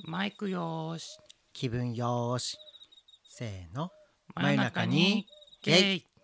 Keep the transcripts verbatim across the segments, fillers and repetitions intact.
マイクよーし、 気分よーし、せーの、 真夜中にゲイ。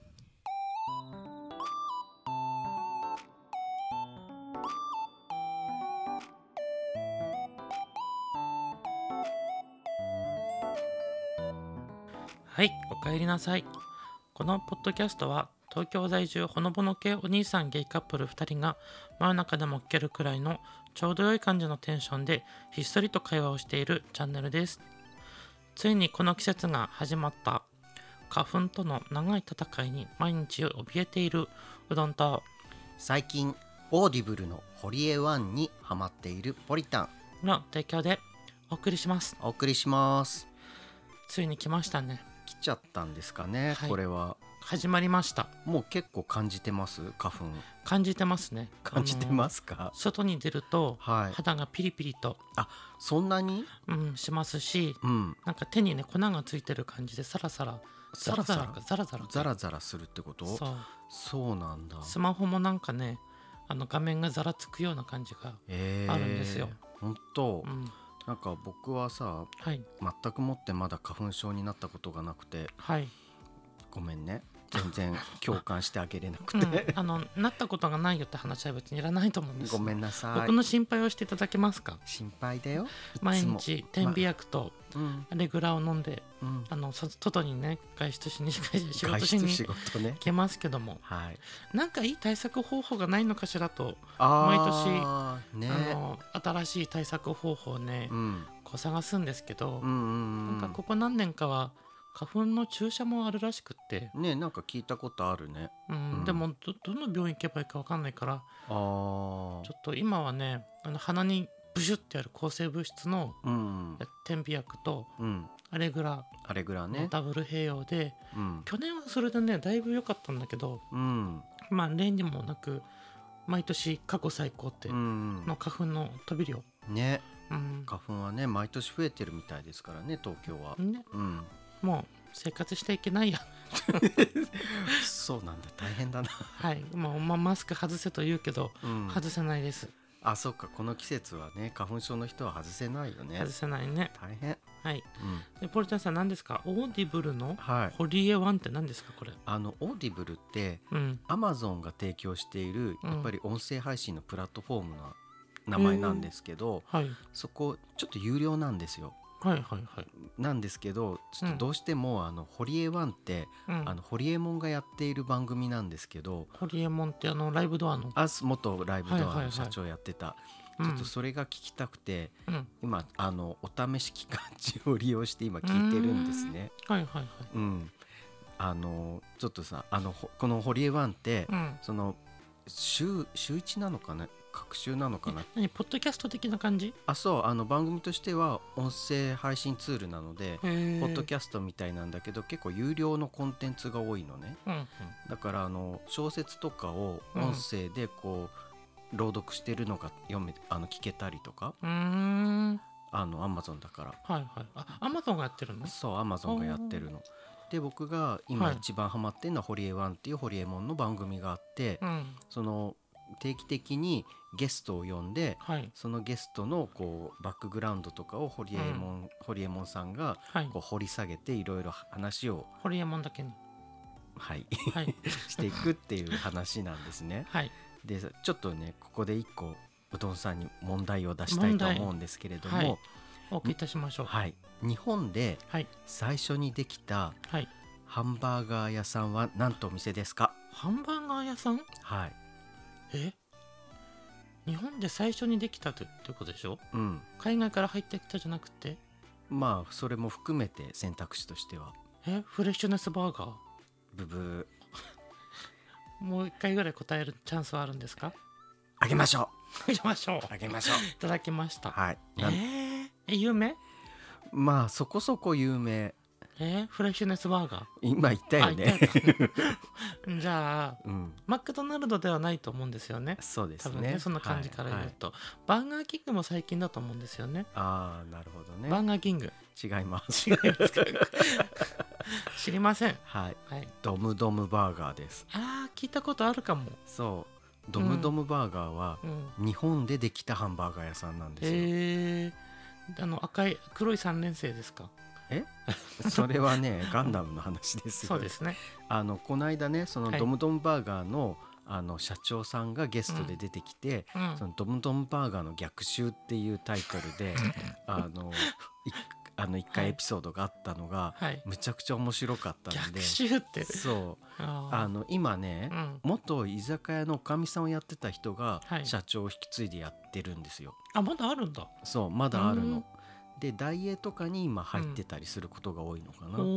はい、おかえりなさい。このポッドキャストは東京在住ほのぼの系お兄さんゲイカップルふたりが真夜中でも聞けるくらいのちょうど良い感じのテンションでひっそりと会話をしているチャンネルです。ついにこの季節が始まった。花粉との長い戦いに毎日怯えているうどんと、 最近オーディブルの堀江湾にハマっているポリタンの提供でお送りします。 お送りします。 ついに来ましたね。 来ちゃったんですかね、 はい、 これは始まりました。 もう結構感じてます？花粉感じてますね。 感じてますか？ 外に出ると、 はい、 肌がピリピリとあ、そんなに、 うん、しますし、 うん、 なんか手にね粉がついてる感じでサラサラザラザラザラザラザラザラするってこと？ そうそうなんだ。 スマホもなんかね、あの画面がザラつくような感じがあるんですよ。 本当、 うん、 なんか僕はさ、 はい、 全くもってまだ花粉症になったことがなくて、 はい、 ごめんね、全然共感してあげれなくて、 うん、あのなったことがないよって話は別にいらないと思うんです。 ごめんなさい。 僕の心配をしていただけますか？ 心配だよ。 毎日点鼻薬とレグラを飲んで、 うん、 あの外にね外出しに仕事しに行けますけども、 はい、 なんかいい対策方法がないのかしらと毎年、ね、あの新しい対策方法をね、うん、こう探すんですけど、うんうんうん、なんかここ何年かは花粉の注射もあるらしくってね、なんか聞いたことあるね、 うんうん、でも ど, どの病院行けばいいか分かんないから、あちょっと今はね、あの鼻にブシュってやる抗生物質の点鼻薬とアレグラアレグラね、 ダブル併用で、うん、去年はそれでねだいぶ良かったんだけど、うん、まあ例にもなく毎年過去最高っての花粉の飛び量ね、うん、花粉はね毎年増えてるみたいですからね、東京はね、 うん、もう生活していけないやそうなんだ、大変だなはい、もう、まあ、マスク外せと言うけど、うん、外せないです。 あ、そうか、この季節はね花粉症の人は外せないよね。 外せないね、 大変。 はい、うん、でポリタンさん何ですか？オーディブルの堀江湾って何ですかこれ？ あのオーディブルって、うん、アマゾンが提供しているやっぱり音声配信のプラットフォームの名前なんですけど、はい、そこちょっと有料なんですよ。 はいはいはい、 なんですけどちょっとどうしても、うん、あの堀江湾って、うん、あの堀江門がやっている番組なんですけど、 堀江門ってあのライブドアのあ元ライブドアの社長やってた、はいはいはい、ちょっとそれが聞きたくて、うん、今あのお試し期間中を利用して今聞いてるんですね。 はいはいはい、 うん、あのちょっとさあのこの堀江湾って、うん、その週週いちなのかな、隔週なのかな、 何ポッドキャスト的な感じ？ あ、そう、あの番組としては音声配信ツールなのでポッドキャストみたいなんだけど結構有料のコンテンツが多いのね、うんうん、だからあの小説とかを音声でこう、うん、朗読してるのが読めあの聞けたりとか、うーん、あの Amazon だから、 はいはい、あ Amazon がやってるの？ そう Amazon がやってるので、僕が今一番ハマってるのは堀江湾っていう堀江門の番組があって、うん、その定期的にゲストを呼んで、はい、そのゲストのこうバックグラウンドとかを堀江門、うん、堀江門さんがこう掘り下げていろいろ話を堀江門だけに、 はい、はい、していくっていう話なんですね、はい、でちょっとねここで一個うどんさんに問題を出したいと思うんですけれども、はい、 お受けいたしましょう、 はい、日本で最初にできたハンバーガー屋さんは何とお店ですか？ ハンバーガー屋さん？はい。え日本で最初にできたってことでしょ、うん、海外から入ってきたじゃなくて、 まあそれも含めて選択肢としてはえフレッシュネスバーガー？ ブブーもう一回ぐらい答えるチャンスはあるんですか？ あげましょうあげましょうあげましょういただきました。 はい。 えー、え有名？ まあそこそこ有名。 えー、フレッシュネスバーガー今言ったよねじゃあ、うん、マクドナルドではないと思うんですよね。 そうですね、 多分ねそんな感じから言うと、はいはい、バーガーキングも最近だと思うんですよね。 ああなるほどね。 バーガーキング違います違いますか知りません、 はいはい、ドムドムバーガーです。 あー聞いたことあるかも。 そうドムドムバーガーは、うん、日本でできたハンバーガー屋さんなんですよ。 へーあの赤い黒い三連星ですか？ えそれはねガンダムの話ですよ。 そうですね。 あのこの間ねそのドムドムバーガーの、はい、あの社長さんがゲストで出てきて、うん、そのドムドムバーガーの逆襲っていうタイトルであのあのいっかいエピソードがあったのが、はい、むちゃくちゃ面白かったんで。 逆襲ってそうあの今ね、うん、元居酒屋のおかみさんをやってた人が社長を引き継いでやってるんですよ。 はい、あまだあるんだ。 そうまだあるの。でダイエーとかに今入ってたりすることが多いのかな、うん、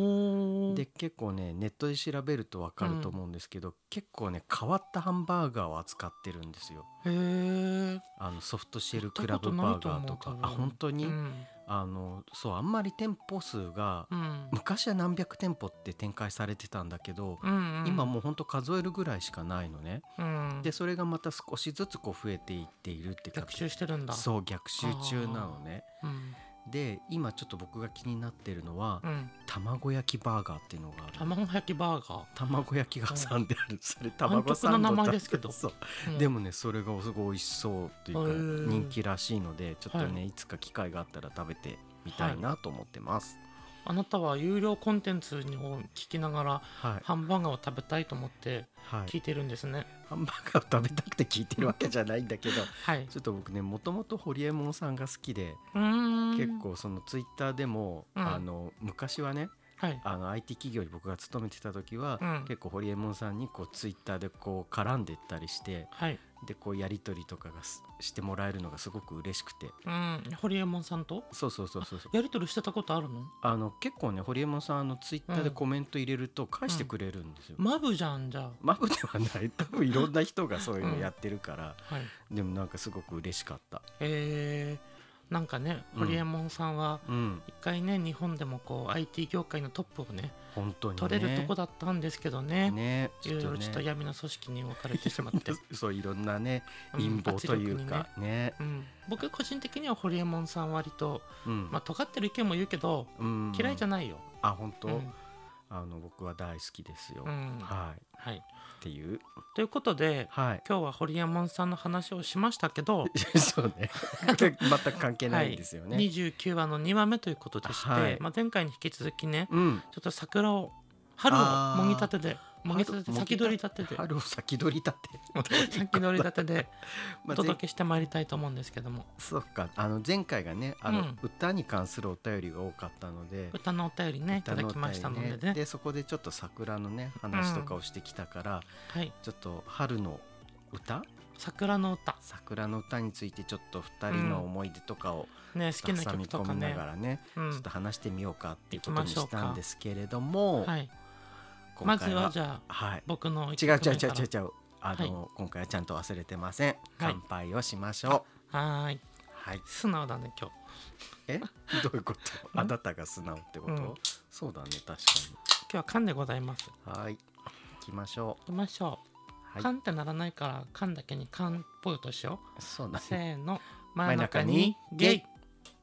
で結構ねネットで調べると分かると思うんですけど、うん、結構ね変わったハンバーガーを扱ってるんですよ。 へー。 あのソフトシェルクラブバーガーとか。あ本当に、うん、あのそうあんまり店舗数が、うん、昔は何百店舗って展開されてたんだけど、うんうん、今もう本当数えるぐらいしかないのね、うん、でそれがまた少しずつこう増えていっているって逆襲してるんだ。 そう逆襲中なのね。で今ちょっと僕が気になってるのは、うん、卵焼きバーガーっていうのがある。 卵焼きバーガー、 卵焼きが挟んである、うん、それ卵サンドの名前ですけどそう、うん、でもねそれがすごい美味しそうっていうか人気らしいのでちょっとね、はい、いつか機会があったら食べてみたいなと思ってます、はい。 あなたは有料コンテンツを聞きながら、はい、ハンバーガーを食べたいと思って聞いてるんですね、はい、 ハンバーガーを食べたくて聞いてるわけじゃないんだけど、はい、ちょっと僕ねもともとホリエモンさんが好きで、うーん結構そのツイッターでも、うん、あの昔はね、はい、あの アイティー 企業に僕が勤めてた時は、うん、結構ホリエモンさんにこうツイッターでこう絡んでいったりして、はい、でこうやり取りとかがしてもらえるのがすごく嬉しくて、 うん、ホリエモンさんとそうそうそうそうやり取りしてたことあるの？ あの結構ねホリエモンさんあのツイッターでコメント入れると返してくれるんですよ、 うんうん、マブじゃん。じゃあマブではない多分いろんな人がそういうのやってるから、うんはい、でもなんかすごく嬉しかった。 へー。なんかね、ホリエモンさんは一回ね、日本でもこう アイティー 業界のトップをね、 本当にね取れるとこだったんですけどね、 ねいろいろちょっと闇の組織に分かれてしまってそういろんなね陰謀というか、うんねうん、僕個人的にはホリエモンさん割と、うんまあ、尖ってる意見も言うけど、うん、嫌いじゃないよ。 あ本当、うん、あの僕は大好きですよ、うんはい、はい、っていうということで、はい、今日はホリエモンさんの話をしましたけどそうね全く関係ないんですよね、 はい、にじゅうきゅうわのにわめということでして、はいまあ、前回に引き続きね、うん、ちょっと桜を春をもぎ立てでもぎ立てて先取り立てで春を先取り立て先取り立てでお届けしてまいりたいと思うんですけども、 そうかあの前回がねあの、うん、歌に関するお便りが多かったので歌のお便りねいただきましたのでね、 でそこでちょっと桜のね話とかをしてきたから、うんはい、ちょっと春の歌桜の歌桜の歌についてちょっとふたりの思い出とかを、 うんね、好きな曲とかね挟み込みながらね、うん、ちょっと話してみようかっていうことにしたんですけれども、はい、 まずはじゃあ、はい、僕の違う違う違う違う違うあの、はい、今回はちゃんと忘れてません、乾杯をしましょう。はい、はい、素直だね今日。 えどういうことあなたが素直ってこと、うん、そうだね確かに今日は缶でございます。 はい行きましょう行きましょう、はい、缶ってならないから缶だけに缶っぽい音しよう。 そうだね、 せーの真ん中にゲイ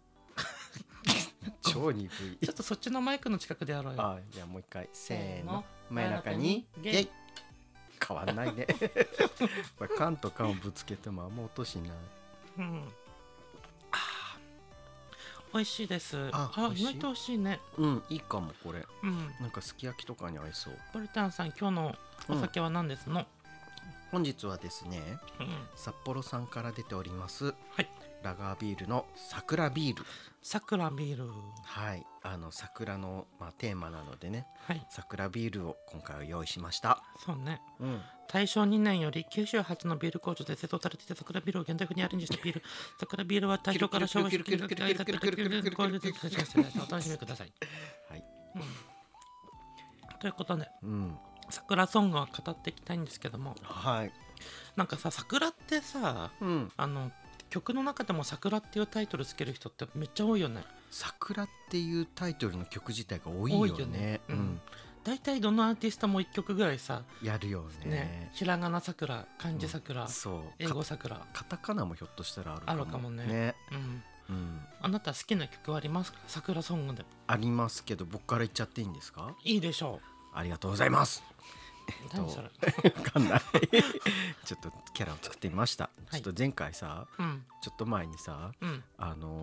超鈍いちょっとそっちのマイクの近くでやろうよ。 あじゃあもう一回せーの真ん中にゲイ変わんないねこれ缶と缶をぶつけてもあんま音しない、うん、 あ美味しいです。ああ意外と美味しいね。 うんいいかもこれ、うん、なんかすき焼きとかに合いそう。 ポリタンさん今日のお酒は何ですの、うん、 本日はですね、うん、札幌さんから出ております、はい、ラガービールの桜ビール。 桜ビールはいあの桜の、まあ、テーマなのでね、はい、桜ビールを今回は用意しました。 そうね、うん、大正にねんより九州発のビール工場で製造されていた桜ビールを現代風にアレンジしたビール桜ビールは大正から昭和初期にかけてお楽しみください。はい、うん、ということで、うん、桜ソングは語っていきたいんですけども、はい、なんかさ桜ってさ、うん、あの曲の中でも桜っていうタイトルつける人ってめっちゃ多いよね。 桜っていうタイトルの曲自体が多いよね。多いよね、うん、 だいたいどのアーティストもいっきょくぐらいさやるよ ね, ねひらがな桜漢字桜、うん、そう英語桜カタカナもひょっとしたらあるかも、 あるかも ね, ね、うんうん、あなた好きな曲はありますか？桜ソングで。 ありますけど僕から言っちゃっていいんですか？ いいでしょう。ありがとうございます。 何それ分かんないちょっとキャラを作ってみました、はい、ちょっと前回さ、うん、ちょっと前にさ、うん、あの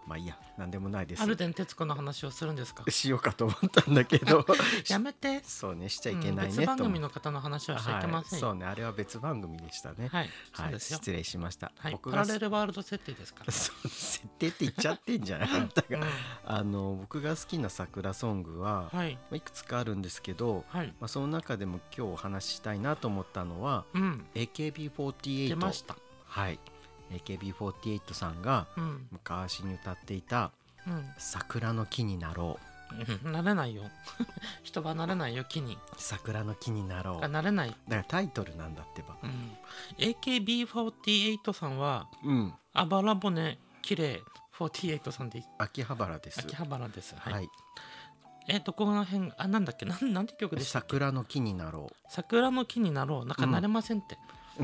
まあいいや、なんでもないです。 アルデン徹子の話をするんですか？ しようかと思ったんだけどやめて。 そうね、しちゃいけないね、うん、 別番組の方の話はしちゃいけませんよ、 はい、そうね、あれは別番組でしたね。 はい、 はい、そうですよ。失礼しました、 はい、僕がパラレルワールド設定ですからそう設定って言っちゃってんじゃないあんたが、うん、あの僕が好きな桜ソングは、はい、いくつかあるんですけど、はい、まあ、その中でも今日お話ししたいなと思ったのは、うん、エーケービーフォーティーエイト出ました。 はい、エーケービーフォーティーエイト さんが昔に歌っていた、うん、桜の木になろう、うん、なれないよ人はなれないよ、木に。 桜の木になろう、 なれない。 だからタイトルなんだってば、うん、 エーケービーフォーティーエイト さんは、うん、あばら骨きれいフォーティーエイトさんでいい？ 秋葉原です。 秋葉原です。はい、 はい、 えー、どこの辺、あ、なんだっけ、なん、なんて曲でしたっけ？ 桜の木になろう。 桜の木になろう、なんかなれませんって、 うん、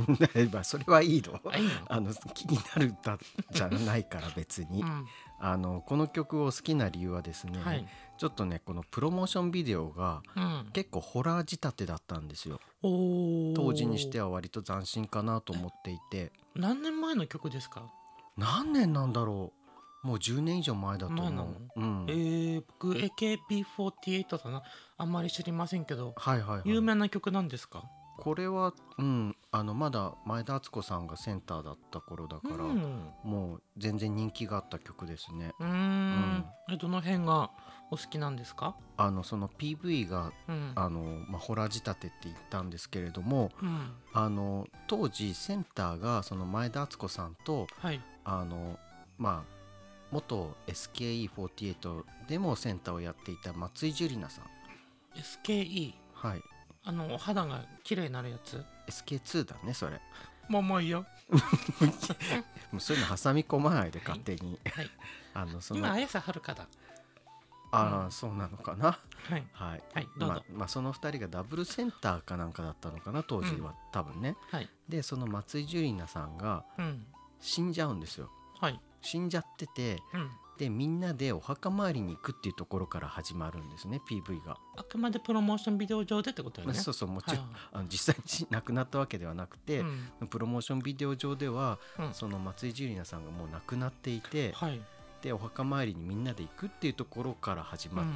まあそれはいいの。あ、いいの？あの気になる歌じゃないから別に、うん、あのこの曲を好きな理由はですね、はい、ちょっとねこのプロモーションビデオが結構ホラー仕立てだったんですよ、うん、当時にしては割と斬新かなと思っていて。 何年前の曲ですか？ 何年なんだろう、もうじゅうねん以上前だと思う、うん、 えー、僕 エーケービーフォーティーエイト だな、あんまり知りませんけど、 はいはいはい、 有名な曲なんですか？ これは、うん、あのまだ前田敦子さんがセンターだった頃だから、うん、もう全然人気があった曲ですね。 うーん、うん、えどの辺がお好きなんですか？ あのその ピーブイ が、うん、あのまあ、ホラー仕立てって言ったんですけれども、うん、あの当時センターがその前田敦子さんと、はい、あのまあ元 エスケーイーフォーティーエイト でもセンターをやっていた松井樹里奈さん。 エスケーイー？ はい、あのお肌が綺麗になるやつ？ エスケーツー だねそれ。 もうもういいよもうそういうの挟み込まないで勝手に、はい、あのその今綾瀬はるかだ。 ああ、うん、そうなのかな。 はいはい、はい、どうぞ。 まあ、まあそのふたりがダブルセンターかなんかだったのかな当時は、うん、多分ね、はい、でその松井樹里奈さんが死んじゃうんですよ、はい、死んじゃってて、うん、でみんなでお墓参りに行くっていうところから始まるんですね ピーブイ が。 あくまでプロモーションビデオ上でってことよね。 そうそう、もちろん、はい、あの実際に亡くなったわけではなくて、うん、プロモーションビデオ上では、うん、その松井樹里奈さんがもう亡くなっていて、はい、でお墓参りにみんなで行くっていうところから始まって、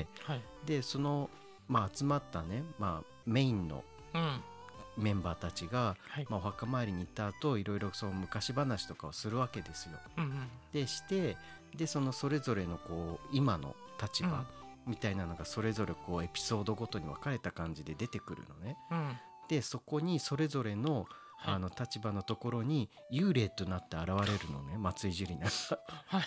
うん、はい、でその、まあ、集まったね、まあ、メインのメンバーたちが、はい、まあ、お墓参りに行った後いろいろその昔話とかをするわけですよ、うんうん、でしてでそのそれぞれのこう今の立場みたいなのがそれぞれこうエピソードごとに分かれた感じで出てくるのね、うん、でそこにそれぞれのあの立場のところに幽霊となって現れるのね松井樹里奈がはい、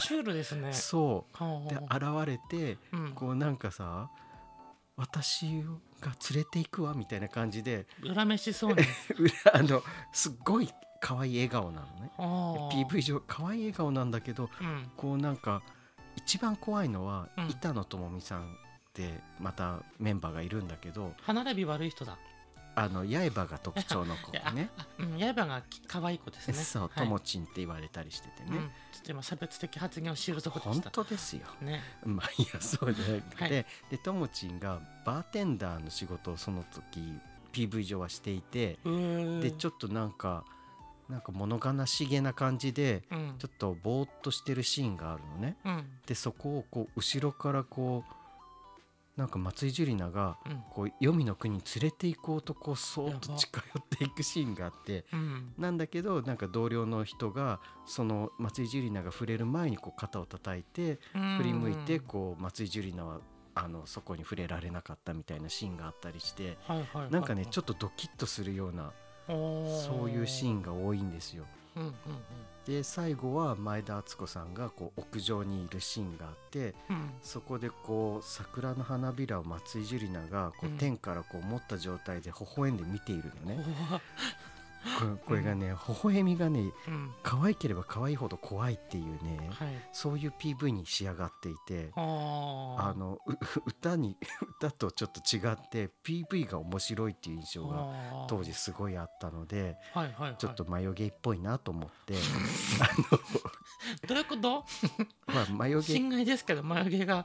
シュールですね。 そうで現れて、うん、こうなんかさ私が連れていくわみたいな感じで恨めしそうにあのすっごい可愛い笑顔なのね。 ピーブイ 上可愛い笑顔なんだけど、うん、こうなんか一番怖いのは、うん、板野友美さんってまたメンバーがいるんだけど、 歯並び悪い人だ。 あの刃が特徴の子ねうん、刃が可愛い子ですね。 そう、ともちんって言われたりしててね、うん、ちょっと今差別的発言を知るとこでした。 本当ですよ、ね、まあいやそうじゃなくて、はい、でともちんがバーテンダーの仕事をその時 ピーブイ 上はしていて、でちょっとなんかなんか物悲しげな感じで、うん、ちょっとぼーっとしてるシーンがあるのね、うん、でそこをこう後ろからこうなんか松井樹里奈がこう黄泉の国に連れて行こうとこうそーっと近寄っていくシーンがあって、うん、なんだけどなんか同僚の人がその松井樹里奈が触れる前にこう肩を叩いて振り向いてこう松井樹里奈はあのそこに触れられなかったみたいなシーンがあったりして、はいはいはいはい、なんかねちょっとドキッとするようなそういうシーンが多いんですよ、うんうんうん、で最後は前田敦子さんがこう屋上にいるシーンがあって、うん、そこでこう桜の花びらを松井樹里奈がこう天からこう持った状態で微笑んで見ているのね、うんこれ、これがね、うん、微笑みがね、うん、可愛ければ可愛いほど怖いっていうね、はい、そういう ピーブイ に仕上がっていて、あの歌に歌とちょっと違って ピーブイ が面白いっていう印象が当時すごいあったので、はいはいはい、ちょっとマヨゲーっぽいなと思ってあのどういうことまあ、マヨゲー心外ですけどマヨゲーが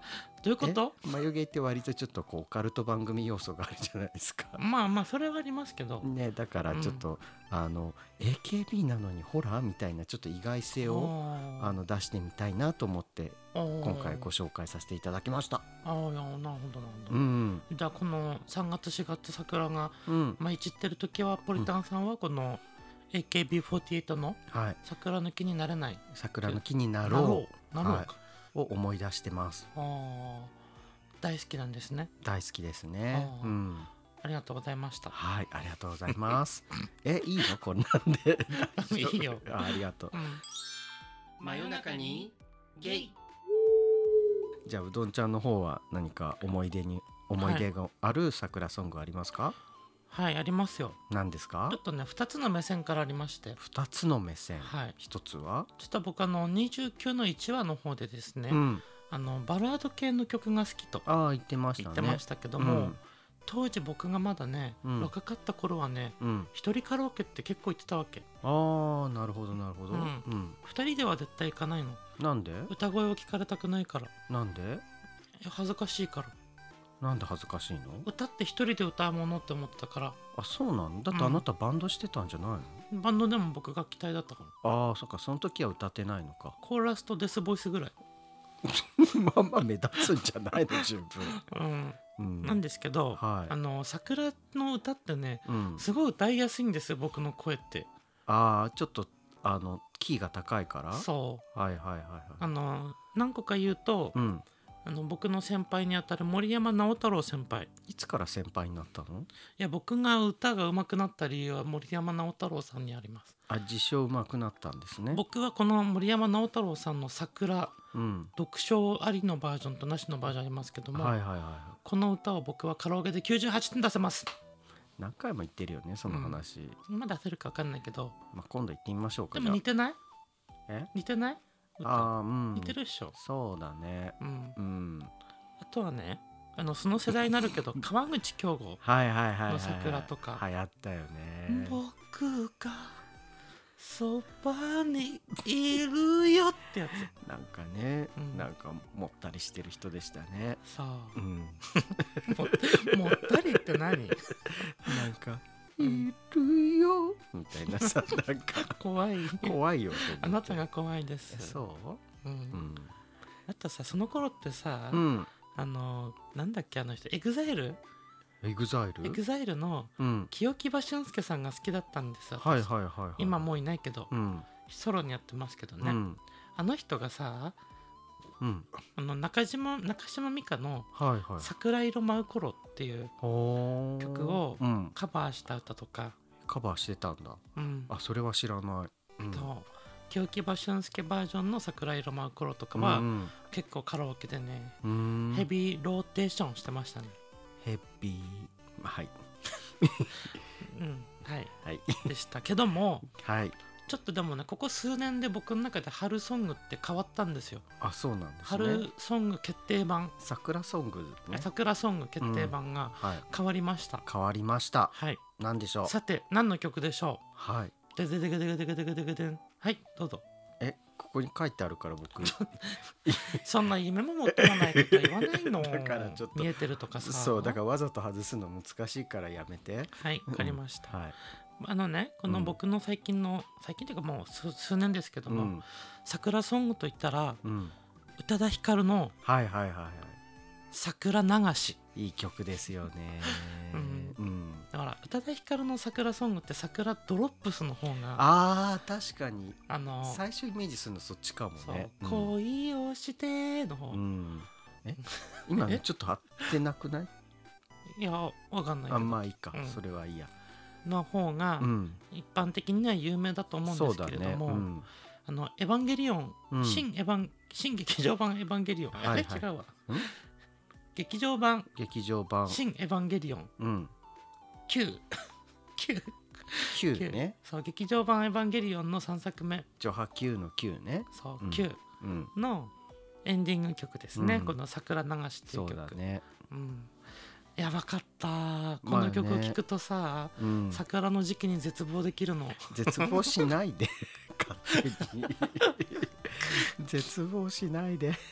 どういうこと？ 眉毛って割とちょっとこうオカルト番組要素があるじゃないですか。 まあまあそれはありますけどね、だからちょっと、うん、あの エーケービー なのにホラーみたいなちょっと意外性をあの出してみたいなと思って今回ご紹介させていただきました。 ああ、なるほどなるほど、うん、じゃあこのさんがつしがつ桜が舞い散ってる時は、ポリタンさんはこの エーケービーフォーティーエイト の桜の木になれない、はい、 桜の木になろう、なろう、なろうか、はい、を思い出してます。 あ、大好きなんですね。 大好きですね。うん、 ありがとうございました。 はい、ありがとうございます。え、いいのこんなんでいいよ。 あ、ありがとう、うん、 真夜中にゲイ。 じゃあうどんちゃんの方は何か思い出に思い出がある桜ソングありますか？ はい、はい、ありますよ。 何ですか？ ちょっとねふたつの目線からありまして。 ふたつの目線、 はい、 ひとつはちょっと僕あのにじゅうきゅうのいちわの方でですね、うん、あのバラード系の曲が好きとあ言ってましたね。 言ってましたけども、うん、当時僕がまだね、うん、若かった頃はね、うん、一人カラオケって結構行ってたわけ。 あー、なるほどなるほど、うんうん、 ふたりでは絶対行かないの。 なんで？ 歌声を聞かれたくないから。なんで？ 恥ずかしいから。 なんで恥ずかしいの？ 歌って一人で歌うものって思ってたから。 あ、そうなんだって。あなたバンドしてたんじゃないの？ うん、バンドでも僕楽器隊だったから。 ああ、そっか、その時は歌ってないのか。 コーラスとデスボイスぐらいまあまあ目立つんじゃないの十分、 うんうん、なんですけど、はい、あの桜の歌ってね、うん、すごい歌いやすいんですよ、僕の声って。 ああ、ちょっとあのキーが高いから。 そう、 はいはいはいはい。 あの何個か言うと、うん、あの僕の先輩にあたる森山直太朗先輩。 いつから先輩になったの？ いや、僕が歌が上手くなった理由は森山直太朗さんにあります。 あ、自称上手くなったんですね。 僕はこの森山直太朗さんの桜、うん、読書ありのバージョンとなしのバージョンありますけども、はいはいはい、この歌を僕はカラオケできゅうじゅうはちてん出せます。 何回も言ってるよねその話、 うん、まあ出せるか分かんないけど、 まあ、今度言ってみましょうか。 でも似てない？ え似てない？ あ、うん、 似てるっしょ。 そうだね、うんうん、 あとはね、あのその世代になるけど川口京吾の桜とか流行ったよね。 僕がそばにいるよってやつ。 なんかね、うん、なんかもったりしてる人でしたね。 さあ、うん、も, もったりって何？なんかいるよみたいなさ、なんか怖い怖いよ。 あなたが怖いです。 そう、うんうん、 あとさ、その頃ってさ、うん、あのなんだっけ、あの人エグザイルエグザイルエグザイルの清木場俊介さんが好きだったんですよ、 はいはいはいはい、 今もういないけど、うん、ソロにやってますけどね、うん、あの人がさ、うん、あの中島中島美嘉の「桜色舞う頃」っていう曲をカバーした歌とか、うん、 カバーしてたんだ、うん、あ、それは知らない、うん、 と清木場俊介バージョンの桜色舞う頃とかは、うん、結構カラオケでね、うん、ヘビーローテーションしてましたね。 ヘビー、はいうん、はい、はい、でしたけども、はい、ちょっとでもね、ここ数年で僕の中で春ソングって変わったんですよ。 あ、そうなんですね。 春ソング決定版、 桜ソング、ね、 桜ソング決定版が変わりました、うん、はい、 変わりました。はい、何でしょう。 さて何の曲でしょう。はい、 でででででででででででで、はい、どうぞ。 え、ここに書いてあるから僕そんな夢も持ってこないこと言わないの。だからちょっと見えてるとかさ。 そうだからわざと外すの難しいからやめて。 はい、わかりました、うん、はい、あのね、この僕の最近の、うん、最近というかもう 数, 数年ですけども、うん、桜ソングといったら、うん、宇多田ヒカルのはいはいはいはい、 桜流し、 いい曲ですよね、 うんうん、だから宇多田ヒカルの桜ソングって桜ドロップスの方が、 あー確かに、あのー、最初イメージするのそっちかもね。 そう、うん、恋をしての方、うん、 え今ねちょっと合ってなくない？ いや、わかんないけど、 あ、まあいいか、うん、それはいいやの方が一般的には有名だと思うんですけれども、うん、あのエヴァンゲリオン、うん、新エヴァン新劇場版エヴァンゲリオン、はいはい、あれ違うわ、劇場版劇場版新エヴァンゲリオン、うん、きゅう きゅうきゅうね、 そう、劇場版エヴァンゲリオンのさんさくめ、 ジョハきゅうのきゅうね、 そう、うん、きゅうのエンディング曲ですね、うん、この桜流しっていう曲。 そうだね、うん、 やばかった。この曲を聴くとさ、まあね、うん、桜の時期に絶望できるの。 絶望しないで勝手に絶望しないで、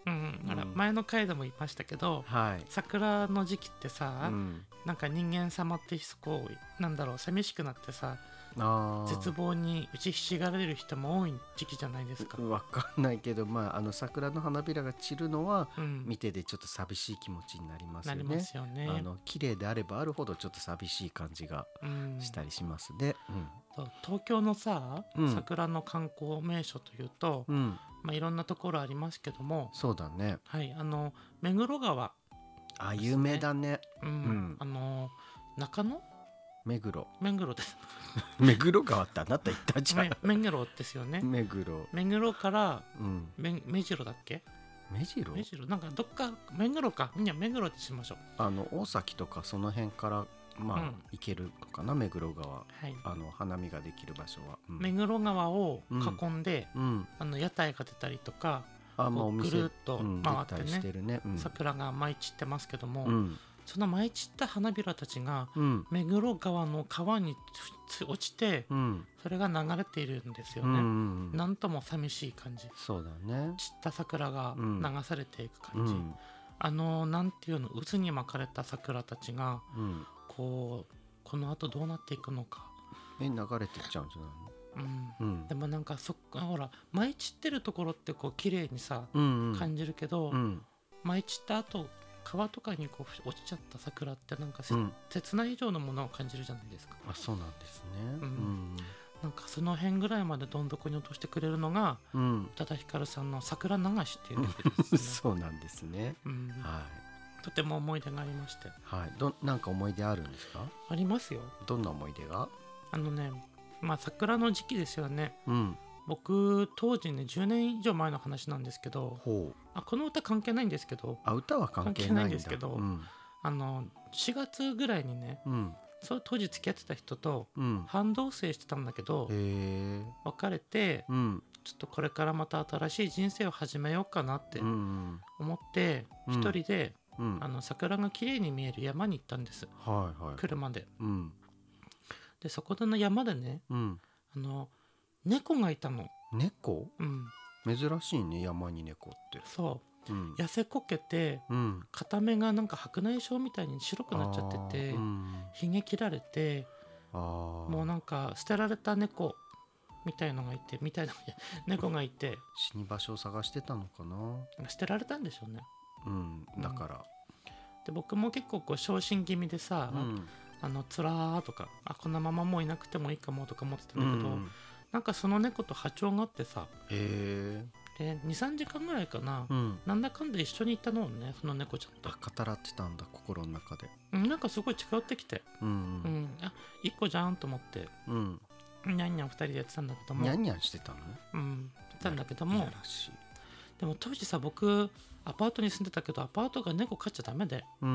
うん、あら、うん、前の回でも言いましたけど、はい、桜の時期ってさ、うん、なんか人間様ってこうなんだろう寂しくなってさ、あ絶望に打ちひしがれる人も多い時期じゃないですか。 わかんないけど、まあ、あの桜の花びらが散るのは、うん、見ててちょっと寂しい気持ちになりますよね。 なりますよね。 あの綺麗であればあるほどちょっと寂しい感じがしたりしますね、うんうん、 そう東京のさ、うん、桜の観光名所というと、うんまあ、いろんなところありますけども、 そうだね、 はい、あの目黒川、 あ、有名だね、 うんうん、あの中野目黒目黒です目黒川ってあなた言ったじゃん目黒ですよね。 目黒目黒から、うん、目, 目白だっけ目白目白なんかどっか目黒かいや目黒にしましょう。 あの大崎とかその辺からまあ、うん、行けるのかな目黒川、はい、あの花見ができる場所は、 うん、目黒川を囲んで、うん、あの屋台が出たりとか、あまあ、ぐるっと回ってね、してるね、うん、桜が舞い散ってますけども、うん、その舞い散った花びらたちが、うん、目黒川の川に落ちて、うん、それが流れているんですよね、うんうんうん、なんとも寂しい感じ。 そうだね、 散った桜が流されていく感じ、うん、あのなんていうの渦に巻かれた桜たちが、うんこうこの後どうなっていくのか。 え流れてっちゃうんじゃないの、 うんうん、でもなんかそっかほら舞い散ってるところってこう綺麗にさ、うんうん、感じるけど、うん、舞い散った後川とかにこう落ちちゃった桜ってなんか、うん、切ない以上のものを感じるじゃないですか。 あそうなんですね、うんうん、 なんかその辺ぐらいまでどん底に落としてくれるのが、うん、宇多田ヒカルさんの桜流しっていうレベルですねそうなんですね、うん、はい、 とても思い出がありまして、 はい、どなんか思い出あるんですか？ ありますよ。 どんな思い出が？ あのね、まあ桜の時期ですよね、うん、僕当時ねじゅうねん以上前の話なんですけど、ほうあこの歌関係ないんですけど、 あ歌は関係ないんだ、 関係ないんですけど、うん、あのしがつぐらいにね、うん、そう当時付き合ってた人と半同棲してたんだけど、うん、別れて、うん、ちょっとこれからまた新しい人生を始めようかなって思って、うん、一人で、うん、あの桜が綺麗に見える山に行ったんです、はいはい、車で、うん、でそこでの山でね、うん、あの猫がいたの。 猫、うん、珍しいね山に猫って。 そう、うん、痩せこけて、うん、片目がなんか白内障みたいに白くなっちゃってて、うん、ひげ切られて、あもうなんか捨てられた猫みたいのがいてみたいな猫がいて死に場所を探してたのかな。 捨てられたんでしょうね、 うん、だから、うん、 で僕も結構こう昇進気味でさ、うん、あのつらーとかあこんなままもういなくてもいいかもとか思ってたんだけど、うん、なんかその猫と波長があってさ、へで にさんじかんぐらいかな、うん、なんだかんだ一緒に行ったのねその猫ちゃんと。 語らってたんだ心の中で、 うん、なんかすごい近寄ってきて、うんうんうん、あいっこじゃんと思って、うん、にゃんにゃんふたりでやってたんだけども、 にゃんにゃんしてたの、 うん、やってたんだけども、でも当時さ僕アパートに住んでたけどアパートが猫飼っちゃダメで、うん、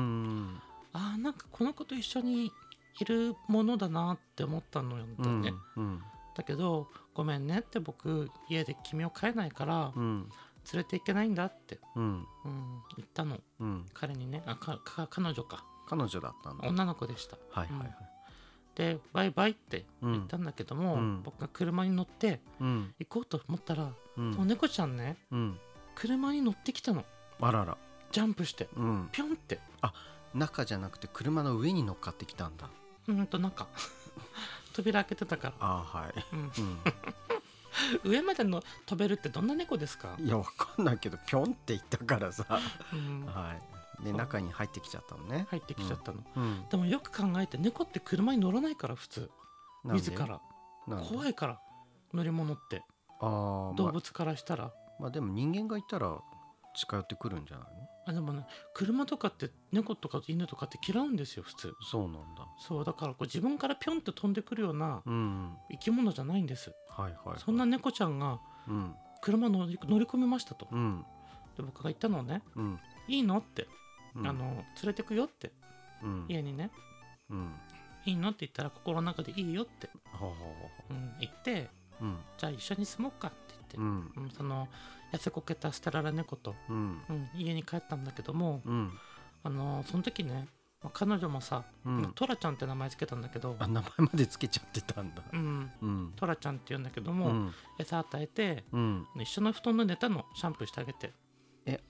あなんかこの子と一緒にいるものだなって思ったのよね、うんうん、だけどごめんねって僕家で君を飼えないから、うん、連れて行けないんだって、うんうん、言ったの、うん、彼にねあかか彼女か彼女だったんだ、 女の子でした。 はいはいはい、うん、 でバイバイって言ったんだけども、うん、僕が車に乗って行こうと思ったら、うん、その猫ちゃんね、うん、車に乗ってきたの。 あららジャンプして、うん、ピョンって。 あ中じゃなくて車の上に乗っかってきたんだ。 うんと中扉開けてたから。 あはい、うんうん、上までの飛べるってどんな猫ですか？ いやわかんないけどピョンって言ったからさ、うん、はいで中に入ってきちゃったのね。 入ってきちゃったの、うん、でもよく考えて猫って車に乗らないから普通自ら怖いから乗り物って。あ動物からしたら、 まあ、まあでも人間がいたら近寄ってくるんじゃないの？ あでもね車とかって猫とか犬とかって嫌うんですよ普通。 そうなんだ。 そうだからこう自分からピョンって飛んでくるような生き物じゃないんです、うんはいはいはい、そんな猫ちゃんが車乗り、乗り込みましたと、うん、で僕が言ったのね、うん、いいのって、うん、あの連れてくよって、うん、家にね、うん、いいのって言ったら心の中でいいよって、うん、言って、うん、じゃあ一緒に住もうかって言って、うん、その痩せこけた捨てられ猫と、うんうん、家に帰ったんだけども、うん、あのその時ね彼女もさ、うん、トラちゃんって名前つけたんだけど、 あ名前までつけちゃってたんだ、 うんうん、トラちゃんって言うんだけども、うん、餌与えて、うん、一緒の布団で寝たのシャンプーしてあげて。 え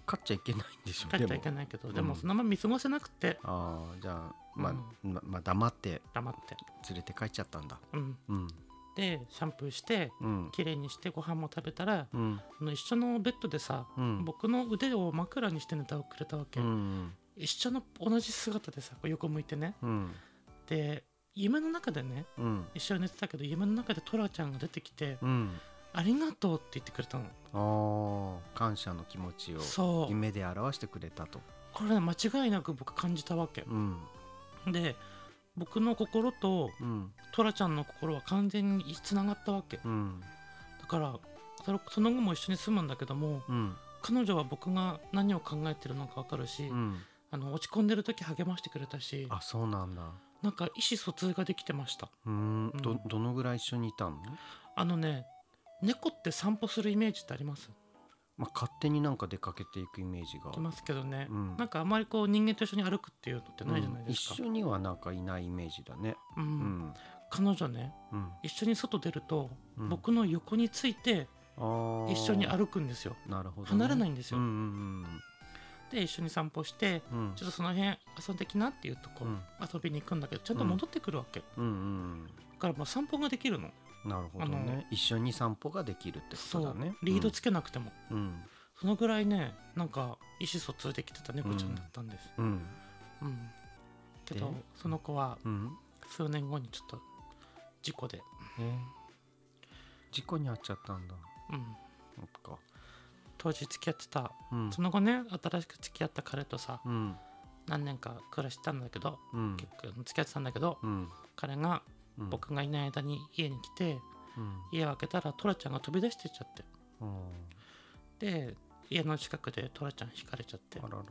勝っちゃいけないんでしょ。 勝っちゃいけないけど、でもそのまま見過ごせなくて、 ああじゃあまあ、 うんままあ、黙って黙って連れて帰っちゃったんだ。 うんうんでシャンプーしてうんきれいにしてご飯も食べたら、 うんあの一緒のベッドでさ、 うん僕の腕を枕にして寝てくれたわけ、 うん一緒の同じ姿でさこう横向いてね、 うんで夢の中でねうん一緒に寝てたけど、夢の中でトラちゃんが出てきて、 うんありがとうって言ってくれたの。 ああ感謝の気持ちをそう夢で表してくれたと。 これ、ね、間違いなく僕感じたわけうんで、僕の心とうんトラちゃんの心は完全につながったわけうんだから、そのその後も一緒に住むんだけども、 うん彼女は僕が何を考えてるのか分かるし、 うんあの落ち込んでる時励ましてくれたし、 あそうなんだ。 なんか意思疎通ができてました。 うーんどどのぐらい一緒にいたの？ あのね、猫って散歩するイメージってあります？ まあ、勝手になんか出かけていくイメージがいますけどね、 うん、 なんかあまりこう人間と一緒に歩くっていうのってないじゃないですか、 うん、一緒にはなんかいないイメージだね。 うんうん、 彼女ね、 うん、 一緒に外出ると、 うん、 僕の横についてあ一緒に歩くんですよ。 なるほど、ね、 離れないんですよ、 うんうんで一緒に散歩して、 うん、 ちょっとその辺遊んできなっていうとこ、 うん、 遊びに行くんだけど、ちゃんと戻ってくるわけ、 うんうん、 だからもう散歩ができるの。 なるほどね。一緒に散歩ができるってことだね。 そうリードつけなくても、 うん、 そのぐらいね、なんか意思疎通できてた猫ちゃんだったんです、 うんうんうん、けどその子は数年後にちょっと事故で、 えー、事故に遭っちゃったんだ。 うん、 そっか。 当時付き合ってた、 うん、 その後ね新しく付き合った彼とさ、 うん、 何年か暮らしてたんだけど、 うん、 結構付き合ってたんだけど、 うん、 彼がうん僕がいない間に家に来て、 うん、 家を開けたらトラちゃんが飛び出してっちゃって、 うん、 で家の近くでトラちゃん引かれちゃって、 あらら、うん、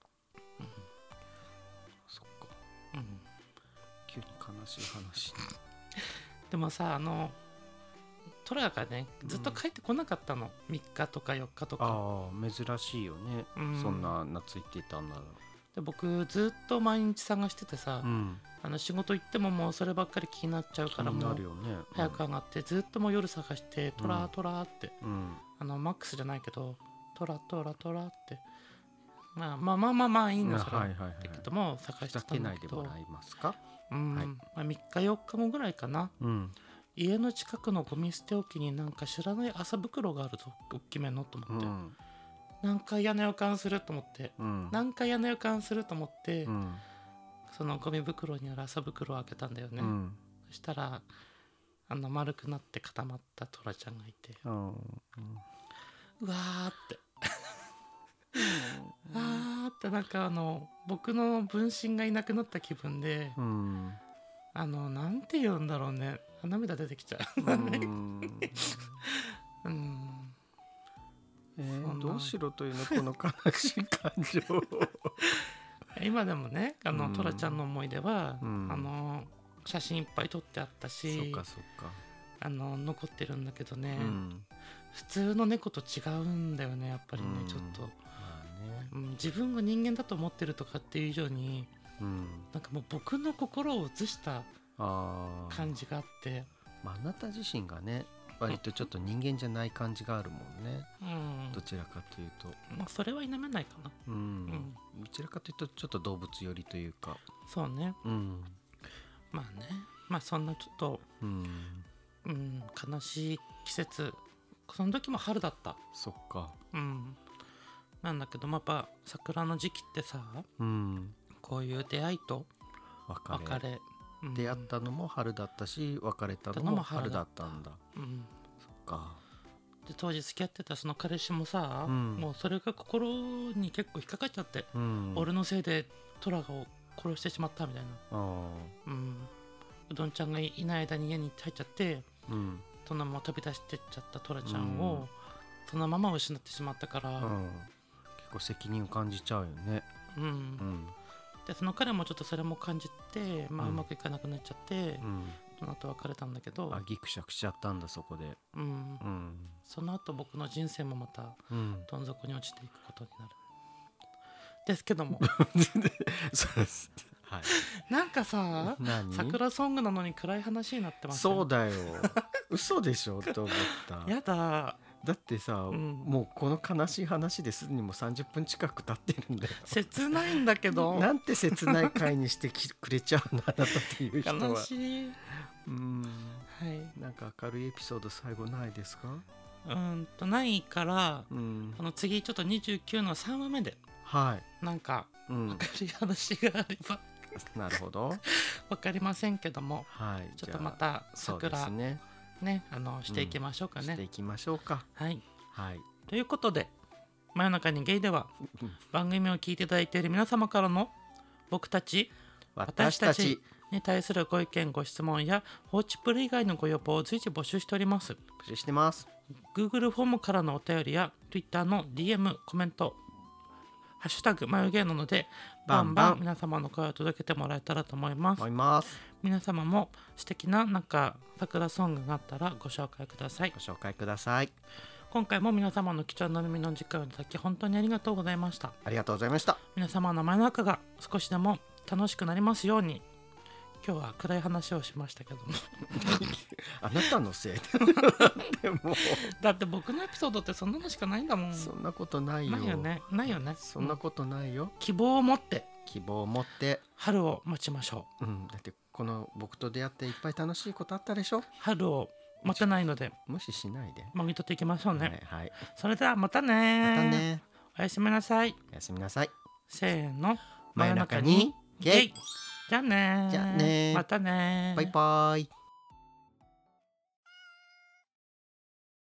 そっか、うん、 急に悲しい話でもさ、あのトラがねずっと帰ってこなかったの、みっかとかよっかとか。 ああ珍しいよね、うん、そんな懐いていたんだろう。 で僕ずっと毎日探しててさ、うん、あの仕事行ってももうそればっかり気になっちゃうから、もう早く上がってずっともう夜探してトラトラって、うん、あのマックスじゃないけどトラトラトラって、まあまあまあまあまあいいのそれ、はいはいはい、だけども探してたんだけど、 ふざけないでもらえますか、 うんはい、まあ、みっかよっかごぐらいかな、うん、家の近くのゴミ捨て置きになんか知らない麻袋があるぞ、大きめのと思って、うん、なんか嫌な予感すると思って、うん、なんか嫌な予感すると思って、うん、そのゴミ袋にある麻袋を開けたんだよね、うん、そしたらあの丸くなって固まったトラちゃんがいて、うん、うわーってあーってなんかあの僕の分身がいなくなった気分で、うん、あのなんて言うんだろうね、涙出てきちゃう。うんうんえー、どうしろというのこの悲しい感情今でもね、あの、うん、トラちゃんの思い出は、うん、あの写真いっぱい撮ってあったし、 そっかそっか、 あの残ってるんだけどね、うん、普通の猫と違うんだよね、やっぱりね、うん、ちょっと、まあね、うん、自分が人間だと思ってるとかっていう以上に、うん、なんかもう僕の心を映した感じがあって、 まあ、あなた自身がね割とちょっと人間じゃない感じがあるもんね、うん、どちらかというと、 まあ、それは否めないかな、うんうん、 どちらかというとちょっと動物寄りというか、 そうね、うん、まあね、まあそんなちょっと、うんうん、悲しい季節、その時も春だった。 そっか、 うん、なんだけど、まあ、やっぱ桜の時期ってさ、うん、こういう出会いと別れ、別れうん、出会ったのも春だったし別れたのも春だったんだ、うん、そっか。 で当時付き合ってたその彼氏もさ、うん、もうそれが心に結構引っかかっちゃって、うん、俺のせいでトラを殺してしまったみたいな、うん、うどんちゃんがいない間に家に入っちゃって、うん、そのまま飛び出してっちゃったトラちゃんを、うん、そのまま失ってしまったから、うん、 結構責任を感じちゃうよね、うんうんでその彼もちょっとそれも感じて、まあ、うまくいかなくなっちゃって、うん、その後別れたんだけど、 あギクシャクしちゃったんだそこで、うんうん、 その後僕の人生もまたどん底に落ちていくことになる、うん、ですけどもそうです、はい、 なんかさ桜ソングなのに暗い話になってますね。 そうだよ嘘でしょって思ったやだだってさ、うん、もうこの悲しい話ですでにもうさんじゅっぷん近く経ってるんだよ。 切ないんだけどなんて切ない回にしてくれちゃうのあなたっていう人は。 悲しい。 うん、はい、なんか明るいエピソード最後ないですか？ うんとないから、うん、この次ちょっとにじゅうきゅうのさんわめで、はい、なんか明るい話があれば、 うん、なるほどわかりませんけども、はい、ちょっとまた桜ね、ね、あのしていきましょうかね、うん、 していきましょうか。 はい、はい、ということで真夜中にゲイでは番組を聞いていただいている皆様からの僕たち私たちに対するご意見ご質問や放置プレイ以外のご要望を随時募集しております。 募集してます。 Google フォームからのお便りや Twitter の ディーエム コメントハッシュタグまゆげなのでバンバン皆様の声を届けてもらえたらと思います。 思います。 皆様も素敵ななんか桜ソングがあったらご紹介ください。 ご紹介ください。 今回も皆様の貴重な耳の時間をいただき本当にありがとうございました。 ありがとうございました。皆様の真夜中が少しでも楽しくなりますように。今日は暗い話をしましたけどもあなたのせいでもだって僕のエピソードってそんなのしかないんだもん。 そんなことないよ。 ないよね。ないよね。 そんなことないよ、うん、 希望を持って希望を持って春を待ちましょう、うん、だってこの僕と出会っていっぱい楽しいことあったでしょ。 春を待てないので無視しないでもぎ取っていきましょうね。 はい、はい、 それではまたね。 またね。 おやすみなさい。 おやすみなさい。 せーの、 真夜中にゲイ。 じゃあねじゃあねまたねバイバイ。